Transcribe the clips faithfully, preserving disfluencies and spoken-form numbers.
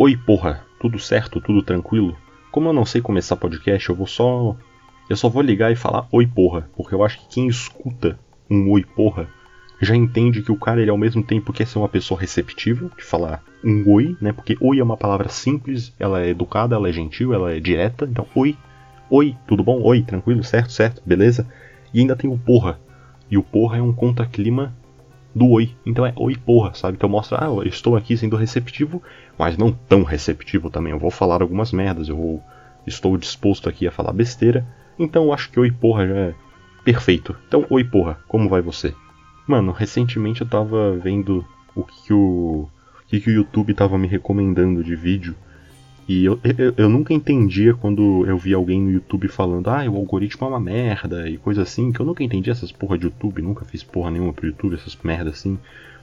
Oi, porra, tudo certo, tudo tranquilo? Como eu não sei começar podcast, eu vou só... Eu só vou ligar e falar oi, porra, porque eu acho que quem escuta um oi, porra, já entende que o cara, ele ao mesmo tempo quer ser uma pessoa receptiva, de falar um oi, né? Porque oi é uma palavra simples, ela é educada, ela é gentil, ela é direta, então oi, oi, tudo bom? Oi, tranquilo, certo, certo, beleza? E ainda tem o porra, e o porra é um contra-clima do oi, então é oi porra, sabe? Então mostra, ah, eu estou aqui sendo receptivo, mas não tão receptivo também, eu vou falar algumas merdas, eu vou, estou disposto aqui a falar besteira, então eu acho que oi porra já é perfeito. Então oi porra, como vai você? Mano, recentemente eu tava vendo o que o, o, que, que o YouTube tava me recomendando de vídeo, e eu, eu, eu nunca entendia quando eu vi alguém no YouTube falando, ah, o algoritmo é uma merda e coisa assim, que eu nunca entendi essas porra de YouTube, nunca fiz porra nenhuma pro YouTube, essas merda assim.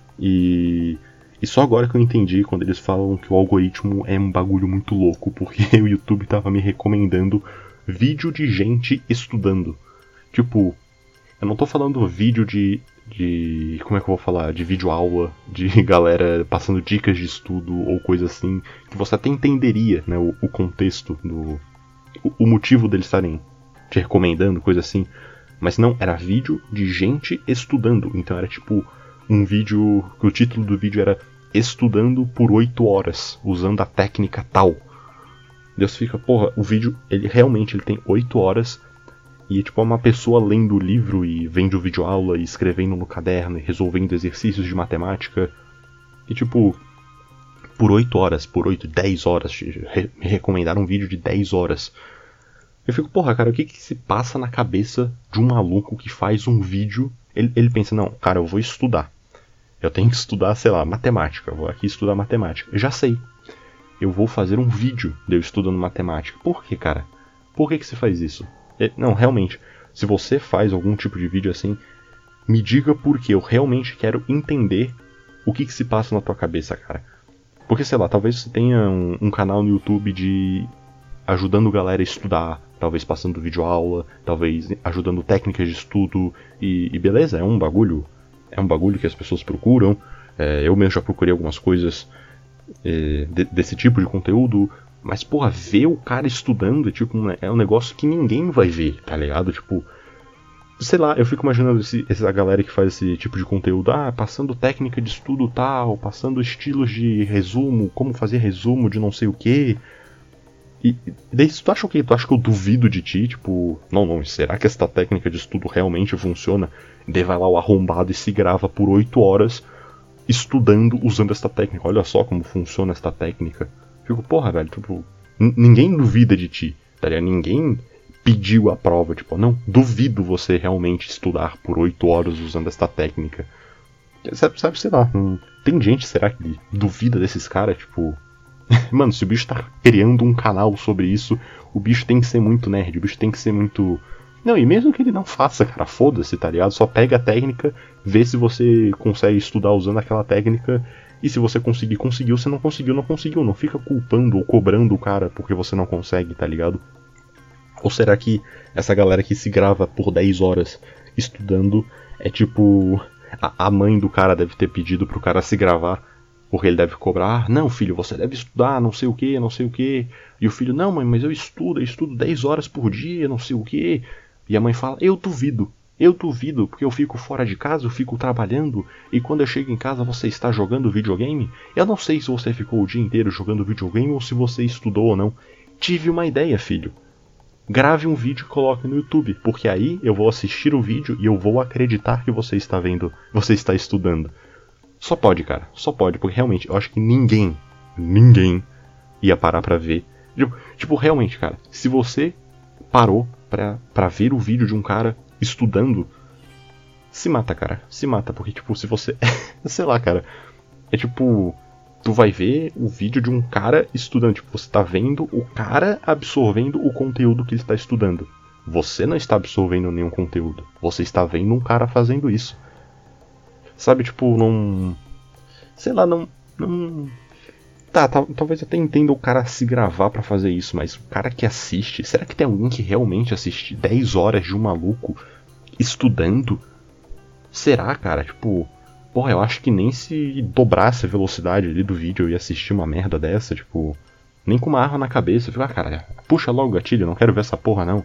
E, e só agora que eu entendi quando eles falam que o algoritmo é um bagulho muito louco, porque o YouTube tava me recomendando vídeo de gente estudando. Tipo, eu não tô falando vídeo de... de como é que eu vou falar? De vídeo aula, de galera passando dicas de estudo ou coisa assim, que você até entenderia, né, o, o contexto, do, o, o motivo deles estarem te recomendando, coisa assim. Mas não, era vídeo de gente estudando. Então era tipo um vídeo, que o título do vídeo era Estudando por oito horas, usando a técnica tal. Deus fica, porra, o vídeo, ele realmente ele tem oito horas. E é tipo uma pessoa lendo o livro e vendo videoaula e escrevendo no caderno e resolvendo exercícios de matemática. E tipo, por oito horas, por oito, dez horas, me recomendaram um vídeo de dez horas. Eu fico, porra, cara, o que que se passa na cabeça de um maluco que faz um vídeo? Ele, ele pensa, não, cara, eu vou estudar. Eu tenho que estudar, sei lá, matemática. Eu vou aqui estudar matemática. Eu já sei. Eu vou fazer um vídeo de eu estudando matemática. Por que, cara? Por que que você faz isso? Não, realmente, se você faz algum tipo de vídeo assim, me diga porque eu realmente quero entender o que que se passa na tua cabeça, cara. Porque, sei lá, talvez você tenha um, um canal no YouTube de ajudando galera a estudar, talvez passando videoaula, talvez ajudando técnicas de estudo, e, e beleza, é um bagulho, é um bagulho que as pessoas procuram. É, eu mesmo já procurei algumas coisas é, de, desse tipo de conteúdo. Mas, porra, ver o cara estudando é, tipo, é um negócio que ninguém vai ver, tá ligado? Tipo, sei lá, eu fico imaginando esse, essa galera que faz esse tipo de conteúdo, ah, passando técnica de estudo tal, passando estilos de resumo, como fazer resumo de não sei o que. E daí, tu acha o quê? Tu acha que eu duvido de ti? Tipo, não, não, será que essa técnica de estudo realmente funciona? E daí vai lá o arrombado e se grava por oito horas estudando, usando essa técnica. Olha só como funciona essa técnica. Fico, porra, velho, tipo, n- ninguém duvida de ti, tá ligado? Ninguém pediu a prova, tipo, não, duvido você realmente estudar por oito horas usando esta técnica. Sabe, sabe sei lá, não, tem gente, será que duvida desses caras, tipo... Mano, se o bicho tá criando um canal sobre isso, o bicho tem que ser muito nerd, o bicho tem que ser muito... Não, e mesmo que ele não faça, cara, foda-se, tá ligado? Só pega a técnica, vê se você consegue estudar usando aquela técnica... E se você conseguir, conseguiu. Se não conseguiu, não conseguiu. Não fica culpando ou cobrando o cara porque você não consegue, tá ligado? Ou será que essa galera que se grava por dez horas estudando é tipo... A, a mãe do cara deve ter pedido pro cara se gravar porque ele deve cobrar. Não, filho, você deve estudar, não sei o que, não sei o que. E o filho, não, mãe, mas eu estudo, eu estudo dez horas por dia, não sei o que. E a mãe fala, eu duvido. Eu duvido, porque eu fico fora de casa, eu fico trabalhando, e quando eu chego em casa você está jogando videogame? Eu não sei se você ficou o dia inteiro jogando videogame ou se você estudou ou não. Tive uma ideia, filho. Grave um vídeo e coloque no YouTube, porque aí eu vou assistir o vídeo e eu vou acreditar que você está vendo, você está estudando. Só pode, cara, só pode, porque realmente, eu acho que ninguém, ninguém ia parar pra ver. Tipo, tipo realmente, cara, se você parou pra, pra ver o vídeo de um cara estudando, se mata, cara, se mata, porque, tipo, se você, sei lá, cara, é tipo, tu vai ver o vídeo de um cara estudando, tipo, você tá vendo o cara absorvendo o conteúdo que ele está estudando, você não está absorvendo nenhum conteúdo, você está vendo um cara fazendo isso, sabe, tipo, não, sei lá, não, não, tá, tá talvez até entenda o cara se gravar pra fazer isso, mas o cara que assiste, será que tem alguém que realmente assiste dez horas de um maluco estudando? Será, cara? Tipo, Porra, eu acho que nem se dobrasse a velocidade ali do vídeo eu ia assistir uma merda dessa, tipo... Nem com uma arma na cabeça, eu fico, ah, cara, puxa logo o gatilho, eu não quero ver essa porra, não.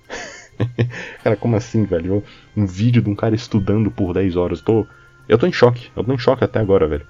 Cara, como assim, velho? Um vídeo de um cara estudando por dez horas, eu tô... Eu tô em choque, eu tô em choque até agora, velho.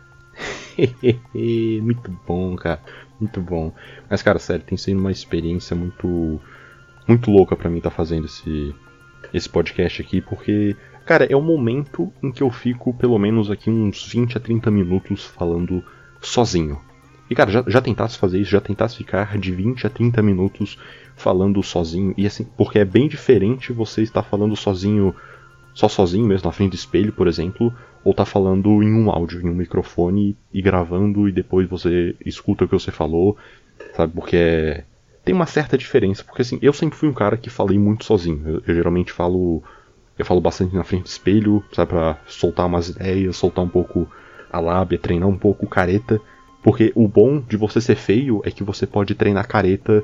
Muito bom, cara, muito bom. Mas, cara, sério, tem sido uma experiência muito... Muito louca pra mim tá fazendo esse... Esse podcast aqui, porque... Cara, é o momento em que eu fico pelo menos aqui uns vinte a trinta minutos falando sozinho. E cara, já, já tentasse fazer isso, já tentasse ficar de vinte a trinta minutos falando sozinho. E assim, porque é bem diferente você estar falando sozinho, só sozinho mesmo, na frente do espelho, por exemplo, ou tá falando em um áudio, em um microfone e gravando e depois você escuta o que você falou, sabe? Porque é... tem uma certa diferença, porque assim, eu sempre fui um cara que falei muito sozinho. Eu, eu geralmente falo... Eu falo bastante na frente do espelho, sabe, pra soltar umas ideias, soltar um pouco a lábia, treinar um pouco careta. Porque o bom de você ser feio é que você pode treinar careta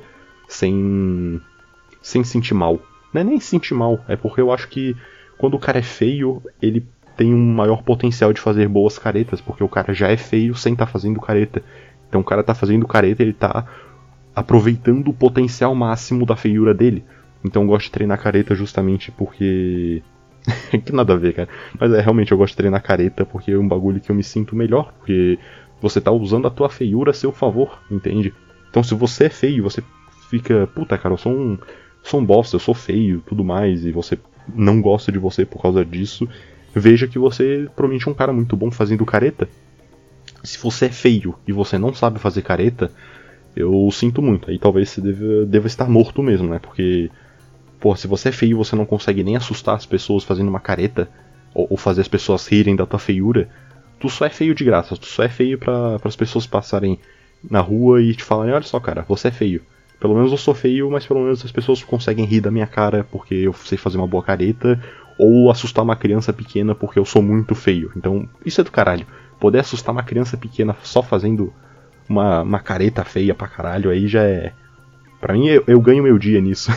sem sem sentir mal. Não é nem sentir mal, é porque eu acho que quando o cara é feio, ele tem um maior potencial de fazer boas caretas, porque o cara já é feio sem estar tá fazendo careta. Então o cara tá fazendo careta, ele tá aproveitando o potencial máximo da feiura dele. Então eu gosto de treinar careta justamente porque... que nada a ver, cara. Mas é, realmente eu gosto de treinar careta porque é um bagulho que eu me sinto melhor. Porque você tá usando a tua feiura a seu favor, entende? Então se você é feio, você fica... Puta, cara, eu sou um, sou um bosta, eu sou feio, tudo mais. E você não gosta de você por causa disso. Veja que você provavelmente é um cara muito bom fazendo careta. Se você é feio e você não sabe fazer careta, eu sinto muito. Aí talvez você deva, deva estar morto mesmo, né? Porque... Pô, se você é feio e você não consegue nem assustar as pessoas fazendo uma careta, ou, ou fazer as pessoas rirem da tua feiura, tu só é feio de graça, tu só é feio pra, as pessoas passarem na rua e te falarem, olha só cara, você é feio. Pelo menos eu sou feio, mas pelo menos as pessoas conseguem rir da minha cara porque eu sei fazer uma boa careta, ou assustar uma criança pequena porque eu sou muito feio. Então, isso é do caralho. Poder assustar uma criança pequena só fazendo uma, uma careta feia pra caralho, aí já é... Pra mim, eu, eu ganho meu dia nisso.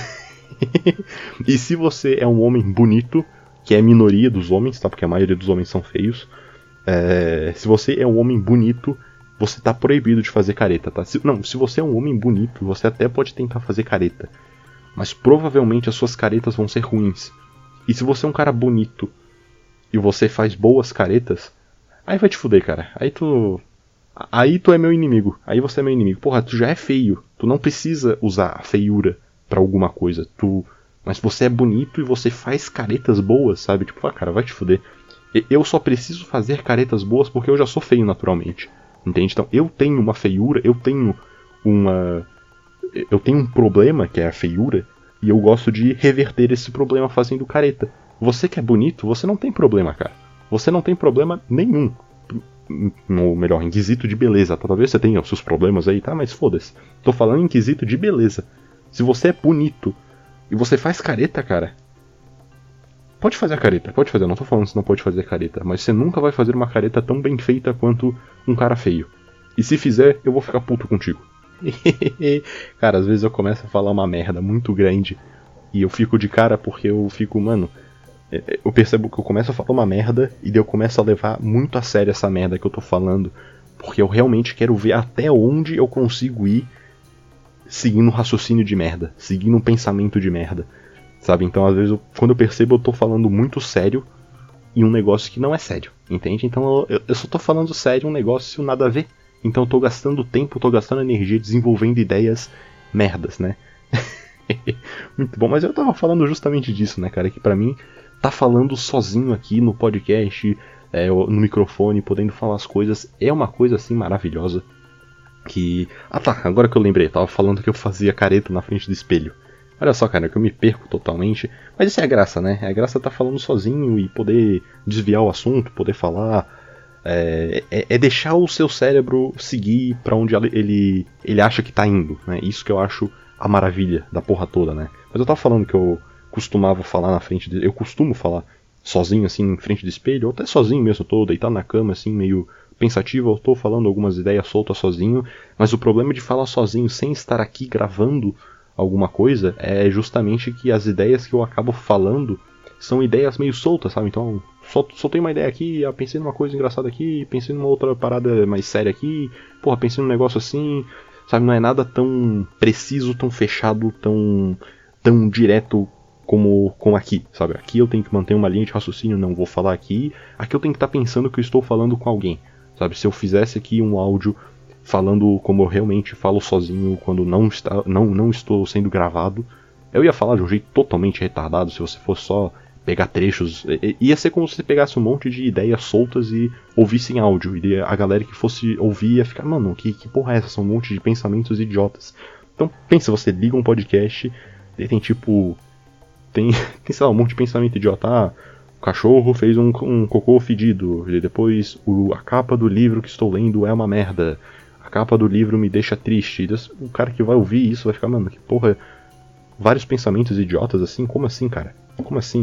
E se você é um homem bonito, que é a minoria dos homens, tá? Porque a maioria dos homens são feios. É... Se você é um homem bonito, você tá proibido de fazer careta, tá? Se... Não, se você é um homem bonito, você até pode tentar fazer careta. Mas provavelmente as suas caretas vão ser ruins. E se você é um cara bonito e você faz boas caretas, aí vai te fuder, cara. Aí tu... Aí tu é meu inimigo. Aí você é meu inimigo. Porra, tu já é feio. Tu não precisa usar a feiura pra alguma coisa, tu... Mas você é bonito e você faz caretas boas, sabe? Tipo, ah, cara, vai te fuder. Eu só preciso fazer caretas boas porque eu já sou feio naturalmente, entende? Então, eu tenho uma feiura, eu tenho uma... Eu tenho um problema, que é a feiura, e eu gosto de reverter esse problema fazendo careta. Você que é bonito, você não tem problema, cara. Você não tem problema nenhum. No melhor, em quesito de beleza, tá? Talvez você tenha os seus problemas aí, tá? Mas foda-se. Tô falando em quesito de beleza. Se você é bonito e você faz careta, cara, pode fazer a careta, pode fazer, não tô falando que você não pode fazer careta, mas você nunca vai fazer uma careta tão bem feita quanto um cara feio. E se fizer, eu vou ficar puto contigo. Cara, às vezes eu começo a falar uma merda muito grande e eu fico de cara porque eu fico, mano, eu percebo que eu começo a falar uma merda e daí eu começo a levar muito a sério essa merda que eu tô falando, porque eu realmente quero ver até onde eu consigo ir seguindo um raciocínio de merda, seguindo um pensamento de merda, sabe? Então às vezes eu, quando eu percebo eu tô falando muito sério em um negócio que não é sério, entende? Então eu, eu só tô falando sério um negócio nada a ver, então eu tô gastando tempo, tô gastando energia desenvolvendo ideias merdas, né? Muito bom, mas eu tava falando justamente disso, né, cara, que pra mim tá falando sozinho aqui no podcast, é, no microfone, podendo falar as coisas, é uma coisa assim maravilhosa. Que... Ah tá, agora que eu lembrei, eu tava falando que eu fazia careta na frente do espelho. Olha só, cara, que eu me perco totalmente. Mas isso é a graça, né? A graça tá falando sozinho e poder desviar o assunto, poder falar. É, é, é deixar o seu cérebro seguir pra onde ele, ele acha que tá indo, né? Isso que eu acho a maravilha da porra toda, né? Mas eu tava falando que eu costumava falar na frente... De... Eu costumo falar sozinho, assim, em frente do espelho, ou até sozinho mesmo, eu tô deitado na cama, assim, meio... pensativo, eu tô falando algumas ideias soltas sozinho, mas o problema de falar sozinho sem estar aqui gravando alguma coisa é justamente que as ideias que eu acabo falando, são ideias meio soltas, sabe? Então, só, só tem uma ideia aqui, ah, pensei numa coisa engraçada aqui, pensei numa outra parada mais séria aqui, porra, pensei num negócio assim, sabe? Não é nada tão preciso, tão fechado, tão, tão direto como, como aqui, sabe? Aqui eu tenho que manter uma linha de raciocínio, não vou falar aqui, aqui eu tenho que estar pensando que eu estou falando com alguém, sabe? Se eu fizesse aqui um áudio falando como eu realmente falo sozinho quando não, está, não, não estou sendo gravado, eu ia falar de um jeito totalmente retardado. Se você fosse só pegar trechos, ia ser como se você pegasse um monte de ideias soltas e ouvisse em áudio, e a galera que fosse ouvir ia ficar, mano, que, que porra é essa? São um monte de pensamentos idiotas. Então pensa, você liga um podcast e tem tipo, tem, tem sei lá, um monte de pensamento idiota. Ah, o cachorro fez um, um cocô fedido, e depois o, a capa do livro que estou lendo é uma merda, a capa do livro me deixa triste. E o cara que vai ouvir isso vai ficar, mano, que porra, vários pensamentos idiotas assim, como assim, cara? Como assim?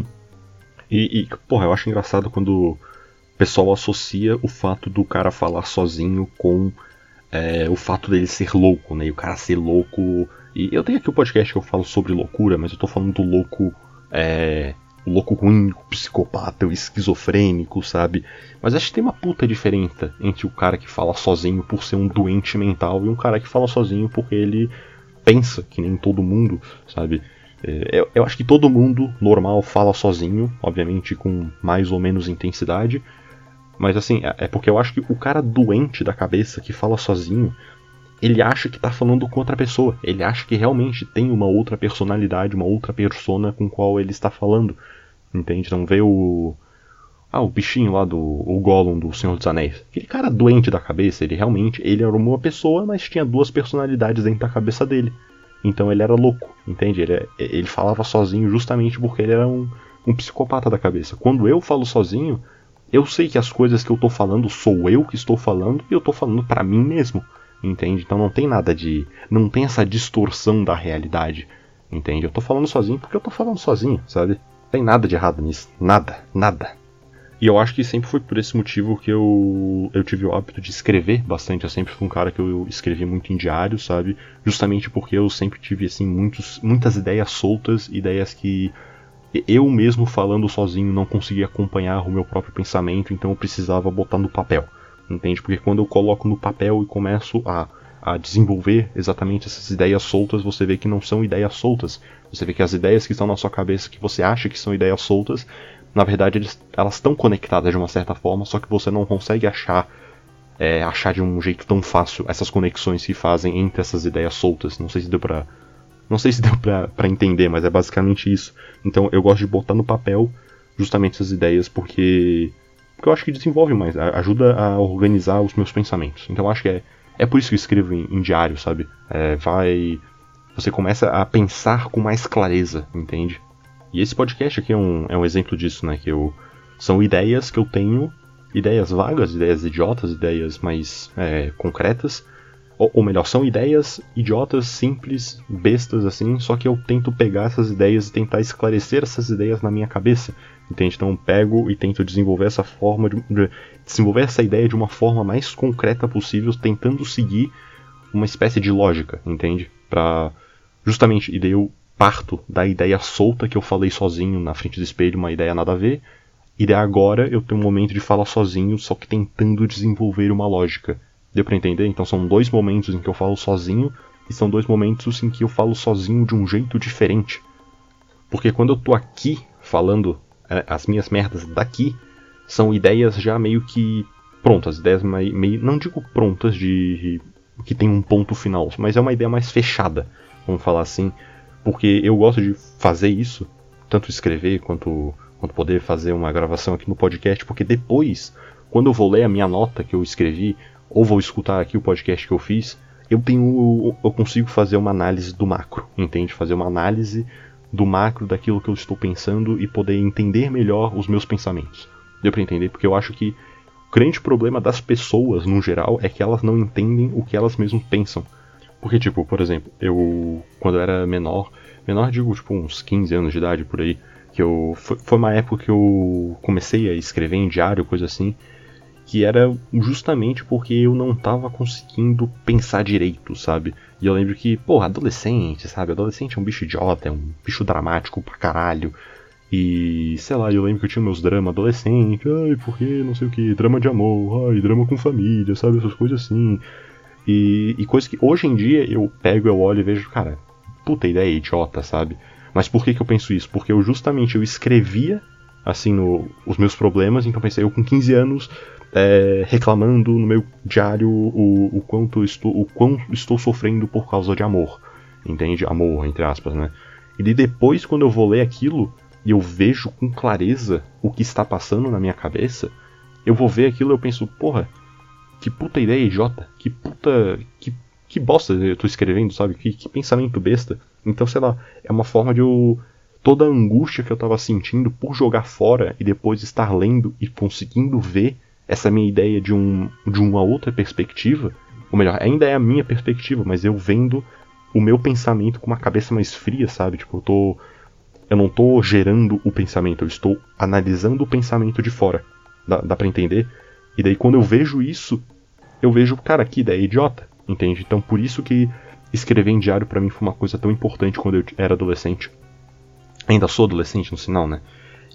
E, e, porra, eu acho engraçado quando o pessoal associa o fato do cara falar sozinho com é, o fato dele ser louco, né? E o cara ser louco... E eu tenho aqui o podcast que eu falo sobre loucura, mas eu tô falando do louco... É, o louco ruim, o psicopata, o esquizofrênico, sabe? Mas acho que tem uma puta diferença entre o cara que fala sozinho por ser um doente mental e um cara que fala sozinho porque ele... pensa, que nem todo mundo, sabe? Eu, eu acho que todo mundo normal fala sozinho, obviamente com mais ou menos intensidade, mas assim, é porque eu acho que o cara doente da cabeça que fala sozinho, ele acha que tá falando com outra pessoa, ele acha que realmente tem uma outra personalidade, uma outra persona com qual ele está falando, entende? Não vê o... Ah, o bichinho lá do o Gollum do Senhor dos Anéis. Aquele cara doente da cabeça, ele realmente ele era uma pessoa, mas tinha duas personalidades dentro da cabeça dele. Então ele era louco, entende? Ele, ele falava sozinho justamente porque ele era um, um psicopata da cabeça. Quando eu falo sozinho, eu sei que as coisas que eu tô falando sou eu que estou falando e eu tô falando pra mim mesmo, entende? Então não tem nada de... não tem essa distorção da realidade, entende? Eu tô falando sozinho porque eu tô falando sozinho, sabe? Não tem nada de errado nisso. Nada, nada. E eu acho que sempre foi por esse motivo que eu, eu tive o hábito de escrever bastante. Eu sempre fui um cara que eu escrevi muito em diário, sabe? Justamente porque eu sempre tive, assim, muitos, muitas ideias soltas, ideias que eu mesmo falando sozinho não conseguia acompanhar o meu próprio pensamento, então eu precisava botar no papel, entende? Porque quando eu coloco no papel e começo a, a desenvolver exatamente essas ideias soltas, você vê que não são ideias soltas. Você vê que as ideias que estão na sua cabeça, que você acha que são ideias soltas, na verdade, eles, elas estão conectadas de uma certa forma, só que você não consegue achar, é, achar de um jeito tão fácil essas conexões que fazem entre essas ideias soltas. Não sei se deu pra, não sei se deu pra, pra entender, mas é basicamente isso. Então eu gosto de botar no papel justamente essas ideias porque, porque eu acho que desenvolve mais, ajuda a organizar os meus pensamentos. Então eu acho que é, é por isso que eu escrevo em, em diário, sabe? É, vai, você começa a pensar com mais clareza, entende? E esse podcast aqui é um, é um exemplo disso, né? Que eu, são ideias que eu tenho, ideias vagas, ideias idiotas, ideias mais é, concretas. Ou, ou melhor, são ideias idiotas, simples, bestas, assim, só que eu tento pegar essas ideias e tentar esclarecer essas ideias na minha cabeça. Entende? Então eu pego e tento desenvolver essa forma, de, de, desenvolver essa ideia de uma forma mais concreta possível, tentando seguir uma espécie de lógica, entende? Pra justamente, e daí eu parto da ideia solta que eu falei sozinho na frente do espelho, uma ideia nada a ver, e daí agora eu tenho um momento de falar sozinho, só que tentando desenvolver uma lógica. Deu pra entender? Então são dois momentos em que eu falo sozinho, e são dois momentos em que eu falo sozinho de um jeito diferente. Porque quando eu tô aqui falando é, as minhas merdas daqui, são ideias já meio que prontas, ideias meio, não digo prontas de que tem um ponto final, mas é uma ideia mais fechada, vamos falar assim. Porque eu gosto de fazer isso, tanto escrever quanto, quanto poder fazer uma gravação aqui no podcast, porque depois, quando eu vou ler a minha nota que eu escrevi, ou vou escutar aqui o podcast que eu fiz, eu tenho, eu consigo fazer uma análise do macro, entende? Fazer uma análise do macro daquilo que eu estou pensando e poder entender melhor os meus pensamentos. Deu pra entender? Porque eu acho que o grande problema das pessoas, no geral, é que elas não entendem o que elas mesmas pensam. Porque, tipo, por exemplo, eu, quando eu era menor, menor digo, tipo, uns quinze anos de idade, por aí, que eu, foi, foi uma época que eu comecei a escrever em diário, coisa assim, que era justamente porque eu não tava conseguindo pensar direito, sabe? E eu lembro que, porra, adolescente, sabe? Adolescente é um bicho idiota, é um bicho dramático pra caralho. E, sei lá, eu lembro que eu tinha meus dramas adolescente, ai, porque não sei o que, drama de amor, ai, drama com família, sabe, essas coisas assim. E, e coisas que hoje em dia eu pego, eu olho e vejo, cara, puta ideia idiota, sabe? Mas por que que eu penso isso? Porque eu justamente, eu escrevia, assim, no, os meus problemas, então pensei, eu com quinze anos, é, reclamando no meu diário o, o, quanto estou, o quão estou sofrendo por causa de amor, entende? Amor, entre aspas, né? E depois, quando eu vou ler aquilo, e eu vejo com clareza o que está passando na minha cabeça, eu vou ver aquilo e eu penso, porra, que puta ideia idiota, que puta, que, que bosta eu tô escrevendo, sabe, que, que pensamento besta. Então, sei lá, é uma forma de eu, toda a angústia que eu tava sentindo por jogar fora e depois estar lendo e conseguindo ver essa minha ideia de, um, de uma outra perspectiva, ou melhor, ainda é a minha perspectiva, mas eu vendo o meu pensamento com uma cabeça mais fria, sabe, tipo, eu tô... Eu não estou gerando o pensamento, eu estou analisando o pensamento de fora. Dá, dá pra entender? E daí quando eu vejo isso, eu vejo, cara, que ideia idiota, entende? Então por isso que escrever em diário pra mim foi uma coisa tão importante quando eu era adolescente. Ainda sou adolescente no sinal, né?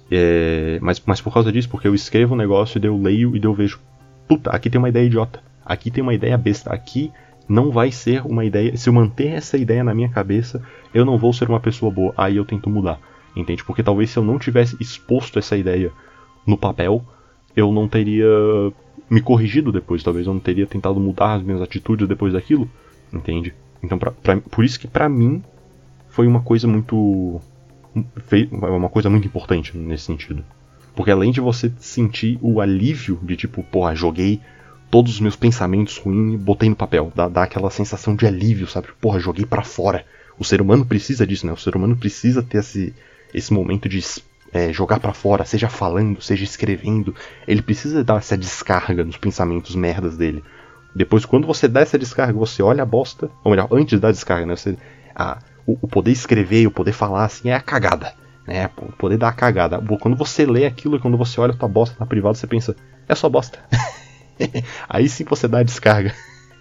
É, mas, mas por causa disso, porque eu escrevo um negócio e daí eu leio e daí eu vejo, puta, aqui tem uma ideia idiota, aqui tem uma ideia besta, aqui... não vai ser uma ideia... Se eu manter essa ideia na minha cabeça, eu não vou ser uma pessoa boa. Aí eu tento mudar, entende? Porque talvez se eu não tivesse exposto essa ideia no papel, eu não teria me corrigido depois. Talvez eu não teria tentado mudar as minhas atitudes depois daquilo, entende? Então, pra, pra, por isso que pra mim foi uma coisa muito... uma coisa muito importante nesse sentido. Porque além de você sentir o alívio de tipo, porra, joguei todos os meus pensamentos ruins e botei no papel. Dá, dá aquela sensação de alívio, sabe? Porra, joguei pra fora. O ser humano precisa disso, né? O ser humano precisa ter esse, esse momento de é, jogar pra fora, seja falando, seja escrevendo. Ele precisa dar essa descarga nos pensamentos merdas dele. Depois, quando você dá essa descarga, você olha a bosta. Ou melhor, antes da descarga, né? Você, a, o, o poder escrever, o poder falar, assim, é a cagada. Né? O poder dar a cagada. Quando você lê aquilo e quando você olha a tua bosta na privada, você pensa, é só bosta. Aí sim você dá a descarga.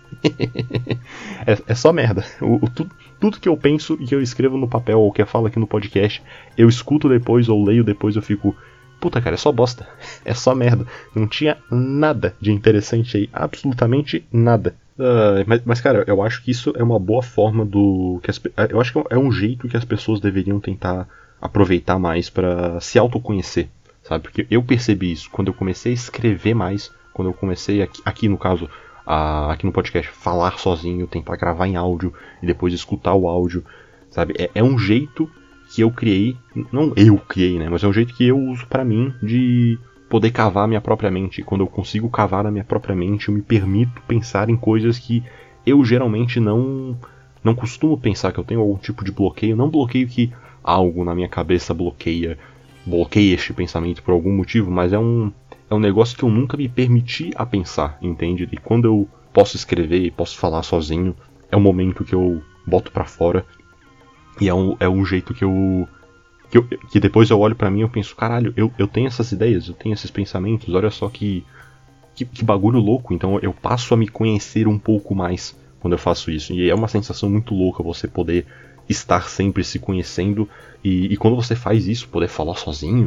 é, é só merda. O, o, tudo, tudo que eu penso e que eu escrevo no papel ou que eu falo aqui no podcast, eu escuto depois ou leio depois, eu fico, puta cara, é só bosta. É só merda. Não tinha nada de interessante aí. Absolutamente nada. Uh, mas, mas cara, eu acho que isso é uma boa forma do... Que as, eu acho que é um jeito que as pessoas deveriam tentar aproveitar mais pra se autoconhecer, sabe? Porque eu percebi isso quando eu comecei a escrever mais. Quando eu comecei, aqui, aqui no caso, a, aqui no podcast, falar sozinho, tentar gravar em áudio e depois escutar o áudio, sabe? É, é um jeito que eu criei, não eu criei, né? Mas é um jeito que eu uso pra mim de poder cavar a minha própria mente. Quando eu consigo cavar a minha própria mente, eu me permito pensar em coisas que eu geralmente não, não costumo pensar, que eu tenho algum tipo de bloqueio. Não bloqueio que algo na minha cabeça bloqueia, bloqueia este pensamento por algum motivo, mas é um... É um negócio que eu nunca me permiti a pensar, entende? E quando eu posso escrever e posso falar sozinho, é um momento que eu boto pra fora. E é um, é um jeito que eu, que eu... Que depois eu olho pra mim e eu penso, caralho, eu, eu tenho essas ideias, eu tenho esses pensamentos, olha só que, que, que bagulho louco. Então eu passo a me conhecer um pouco mais quando eu faço isso. E é uma sensação muito louca você poder estar sempre se conhecendo. E, e quando você faz isso, poder falar sozinho,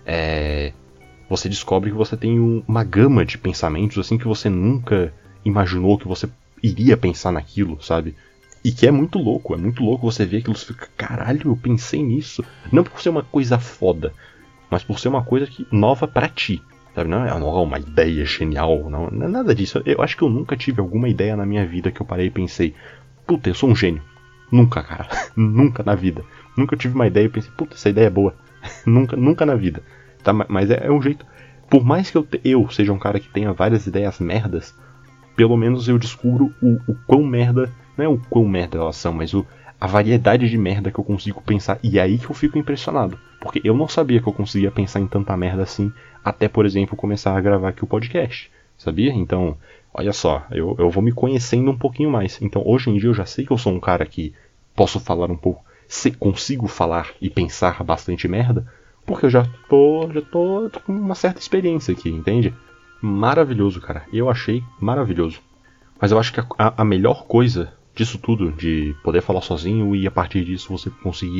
é... você descobre que você tem um, uma gama de pensamentos assim que você nunca imaginou que você iria pensar naquilo, sabe? E que é muito louco, é muito louco você ver aquilo e fica, caralho, eu pensei nisso. Não por ser uma coisa foda, mas por ser uma coisa que, nova pra ti, sabe? Não é uma ideia genial, não, não é nada disso. Eu acho que eu nunca tive alguma ideia na minha vida que eu parei e pensei, puta, eu sou um gênio. Nunca, cara. Nunca na vida. Nunca tive uma ideia e pensei, puta, essa ideia é boa. nunca, nunca na vida. Tá, mas é, é um jeito... Por mais que eu, te, eu seja um cara que tenha várias ideias merdas, pelo menos eu descubro o, o quão merda... Não é o quão merda elas são, mas o, a variedade de merda que eu consigo pensar. E é aí que eu fico impressionado. Porque eu não sabia que eu conseguia pensar em tanta merda assim, até, por exemplo, começar a gravar aqui o podcast. Sabia? Então, olha só, eu, eu vou me conhecendo um pouquinho mais. Então, hoje em dia eu já sei que eu sou um cara que posso falar um pouco... Se consigo falar e pensar bastante merda... Porque eu já tô, já tô com uma certa experiência aqui, entende? Maravilhoso, cara. Eu achei maravilhoso. Mas eu acho que a, a melhor coisa disso tudo, de poder falar sozinho e a partir disso você conseguir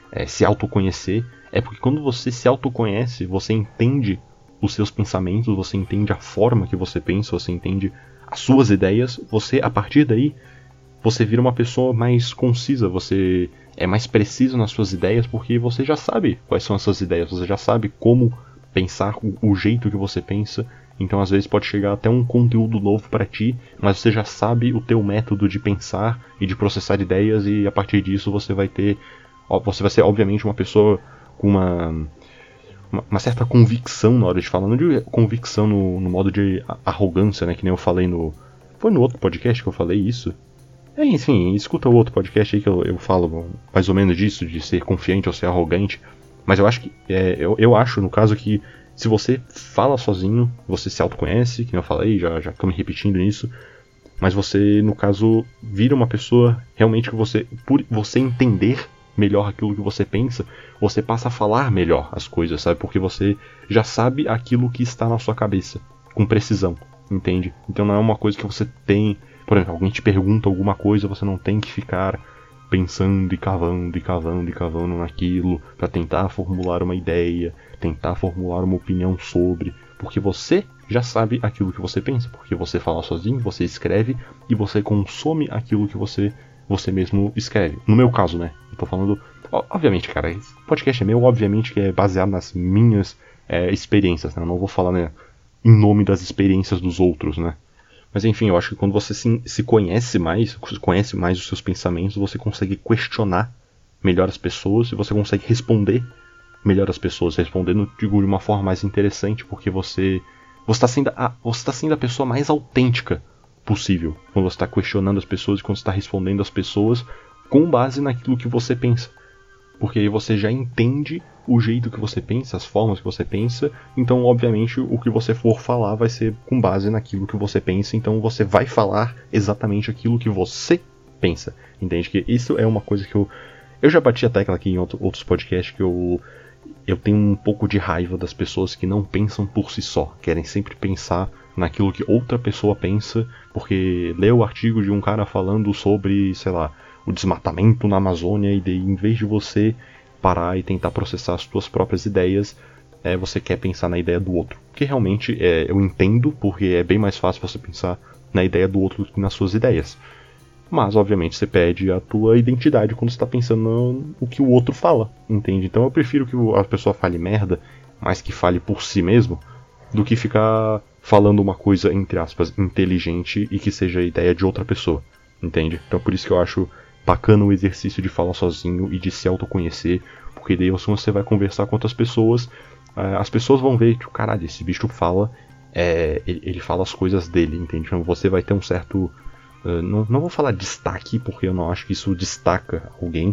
é, se autoconhecer, é porque quando você se autoconhece, você entende os seus pensamentos, você entende a forma que você pensa, você entende as suas ideias, você, a partir daí, você vira uma pessoa mais concisa, você é mais preciso nas suas ideias, porque você já sabe quais são as suas ideias, você já sabe como pensar, o, o jeito que você pensa. Então às vezes pode chegar até um conteúdo novo para ti, mas você já sabe o teu método de pensar e de processar ideias, e a partir disso você vai ter, você vai ser obviamente uma pessoa com uma, uma, uma certa convicção na hora de falar, não de convicção no, no modo de arrogância, né, que nem eu falei no, foi no outro podcast que eu falei isso. É, enfim, escuta o outro podcast aí que eu, eu falo mais ou menos disso, de ser confiante ou ser arrogante, mas eu acho que, é, eu, eu acho no caso que se você fala sozinho, você se autoconhece, que eu falei, já, já tô me repetindo nisso, mas você, no caso, vira uma pessoa realmente que você, por você entender melhor aquilo que você pensa, você passa a falar melhor as coisas, sabe? Porque você já sabe aquilo que está na sua cabeça, com precisão, entende? Então não é uma coisa que você tem, por exemplo, alguém te pergunta alguma coisa, você não tem que ficar pensando e cavando e cavando e cavando naquilo para tentar formular uma ideia, tentar formular uma opinião sobre, porque você já sabe aquilo que você pensa, porque você fala sozinho, você escreve e você consome aquilo que você, você mesmo escreve. No meu caso, né? Eu tô falando, obviamente, cara, esse podcast é meu, obviamente que é baseado nas minhas é, experiências, né? Eu não vou falar, né, em nome das experiências dos outros, né? Mas enfim, eu acho que quando você se, se conhece mais, conhece mais os seus pensamentos, você consegue questionar melhor as pessoas e você consegue responder melhor as pessoas, respondendo, digo, de uma forma mais interessante, porque você você está sendo, a, você tá sendo a pessoa mais autêntica possível quando você está questionando as pessoas e quando você está respondendo as pessoas com base naquilo que você pensa. Porque aí você já entende o jeito que você pensa, as formas que você pensa, então obviamente o que você for falar vai ser com base naquilo que você pensa, então você vai falar exatamente aquilo que você pensa, entende? Que isso é uma coisa que eu, eu já bati a tecla aqui em outro, outros podcasts, que eu, eu tenho um pouco de raiva das pessoas que não pensam por si só, querem sempre pensar naquilo que outra pessoa pensa, porque lê o artigo de um cara falando sobre, sei lá, o desmatamento na Amazônia, e daí, em vez de você parar e tentar processar as suas próprias ideias, é, você quer pensar na ideia do outro. Que realmente é, eu entendo, porque é bem mais fácil você pensar na ideia do outro do que nas suas ideias. Mas, obviamente, você perde a tua identidade quando você está pensando no, no que o outro fala, entende? Então eu prefiro que a pessoa fale merda, mas que fale por si mesmo, do que ficar falando uma coisa, entre aspas, inteligente e que seja a ideia de outra pessoa, entende? Então por isso que eu acho bacana o exercício de falar sozinho e de se autoconhecer, porque daí você vai conversar com outras pessoas, as pessoas vão ver, tipo, caralho, esse bicho fala, é, ele, ele fala as coisas dele, entende? Então você vai ter um certo, uh, não, não vou falar destaque, porque eu não acho que isso destaca alguém,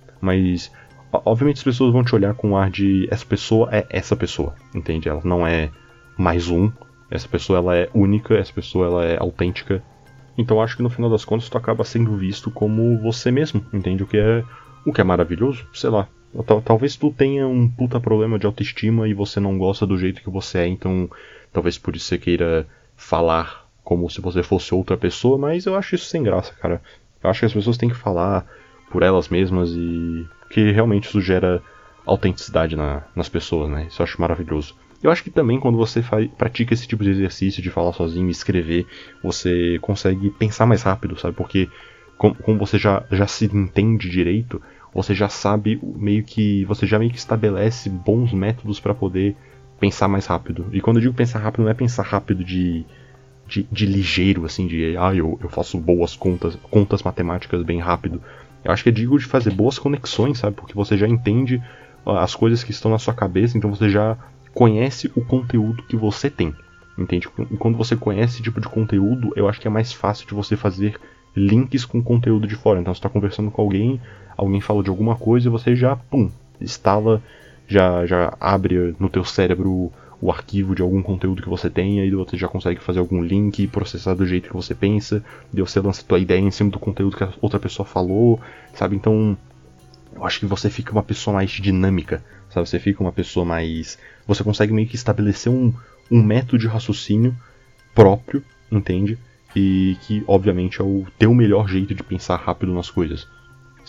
mas obviamente as pessoas vão te olhar com um ar de, essa pessoa é essa pessoa, entende? Ela não é mais um, essa pessoa ela é única, essa pessoa ela é autêntica. Então acho que no final das contas tu acaba sendo visto como você mesmo, entende? O que é, o que é maravilhoso, sei lá. Tal, talvez tu tenha um puta problema de autoestima e você não gosta do jeito que você é, então talvez por isso você queira falar como se você fosse outra pessoa, mas eu acho isso sem graça, cara. Eu acho que as pessoas têm que falar por elas mesmas e que realmente isso gera autenticidade na, nas pessoas, né? Isso eu acho maravilhoso. Eu acho que também quando você faz, pratica esse tipo de exercício de falar sozinho e escrever, você consegue pensar mais rápido, sabe? Porque como, como você já, já se entende direito, você já sabe meio que, você já meio que estabelece bons métodos para poder pensar mais rápido. E quando eu digo pensar rápido, não é pensar rápido de, de, de ligeiro, assim, de ah, eu, eu faço boas contas, contas matemáticas bem rápido. Eu acho que eu digo de fazer boas conexões, sabe? Porque você já entende as coisas que estão na sua cabeça, então você já conhece o conteúdo que você tem, entende? E quando você conhece esse tipo de conteúdo, eu acho que é mais fácil de você fazer links com conteúdo de fora. Então você está conversando com alguém, alguém fala de alguma coisa e você já, pum, instala, já, já abre no teu cérebro o arquivo de algum conteúdo que você tem, aí você já consegue fazer algum link, processar do jeito que você pensa, daí você lança a tua ideia em cima do conteúdo que a outra pessoa falou, sabe? Então eu acho que você fica uma pessoa mais dinâmica, sabe? Você fica uma pessoa mais... Você consegue meio que estabelecer um, um método de raciocínio próprio, entende? E que, obviamente, é o teu melhor jeito de pensar rápido nas coisas.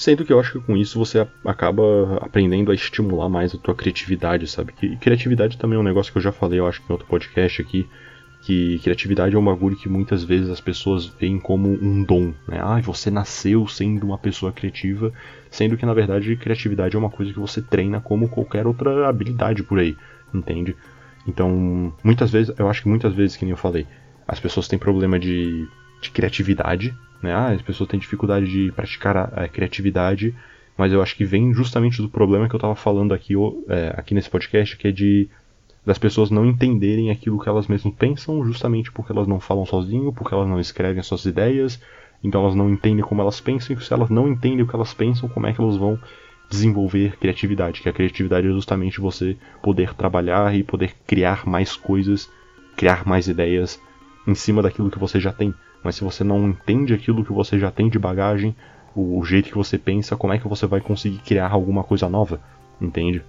Sendo que eu acho que com isso você acaba aprendendo a estimular mais a tua criatividade, sabe? E criatividade também é um negócio que eu já falei, eu acho que em outro podcast aqui, que criatividade é um bagulho que muitas vezes as pessoas veem como um dom, né? Ah, você nasceu sendo uma pessoa criativa, sendo que na verdade criatividade é uma coisa que você treina como qualquer outra habilidade por aí, entende? Então, muitas vezes, eu acho que muitas vezes, que nem eu falei, as pessoas têm problema de, de criatividade, né? Ah, as pessoas têm dificuldade de praticar a, a criatividade, mas eu acho que vem justamente do problema que eu tava falando aqui, é, aqui nesse podcast, que é de das pessoas não entenderem aquilo que elas mesmas pensam, justamente porque elas não falam sozinho, porque elas não escrevem suas ideias, então elas não entendem como elas pensam, e se elas não entendem o que elas pensam, como é que elas vão desenvolver criatividade, que a criatividade é justamente você poder trabalhar e poder criar mais coisas, criar mais ideias em cima daquilo que você já tem. Mas se você não entende aquilo que você já tem de bagagem, o, o jeito que você pensa, como é que você vai conseguir criar alguma coisa nova, entende?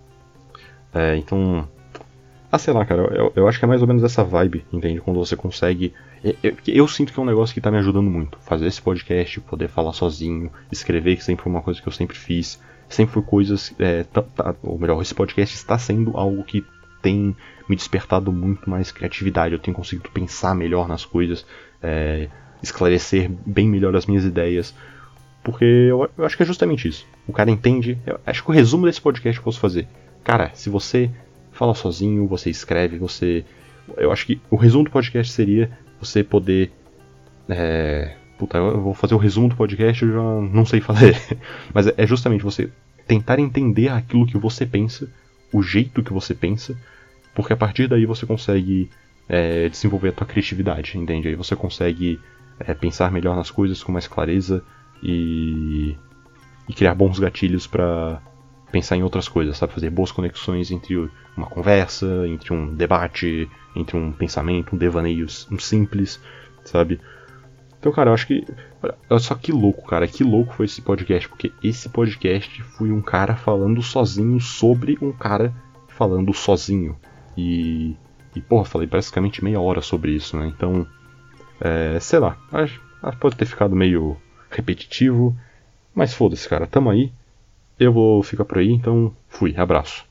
É, então... Ah, sei lá, cara, eu, eu acho que é mais ou menos essa vibe, entende? Quando você consegue... Eu, eu, eu sinto que é um negócio que tá me ajudando muito. Fazer esse podcast, poder falar sozinho, escrever, que sempre foi uma coisa que eu sempre fiz. Sempre foi coisas... É, tá, tá, ou melhor, esse podcast está sendo algo que tem me despertado muito mais criatividade. Eu tenho conseguido pensar melhor nas coisas, é, esclarecer bem melhor as minhas ideias. Porque eu, eu acho que é justamente isso. O cara entende... Eu acho que o resumo desse podcast que eu posso fazer... Cara, se você... fala sozinho, você escreve, você... Eu acho que o resumo do podcast seria você poder... É... Puta, eu vou fazer o resumo do podcast, eu já não sei fazer. Mas é justamente você tentar entender aquilo que você pensa, o jeito que você pensa, porque a partir daí você consegue é, desenvolver a tua criatividade, entende? Aí você consegue é, pensar melhor nas coisas com mais clareza e, e criar bons gatilhos pra... pensar em outras coisas, sabe? Fazer boas conexões entre uma conversa, entre um debate, entre um pensamento, um devaneio um simples, sabe? Então, cara, eu acho que... Olha só que louco, cara. Que louco foi esse podcast, porque esse podcast foi um cara falando sozinho sobre um cara falando sozinho. E... E, porra, falei praticamente meia hora sobre isso, né? Então, é, sei lá. Acho, acho que pode ter ficado meio repetitivo, mas foda-se, cara. Tamo aí. Eu vou ficar por aí, então fui, abraço.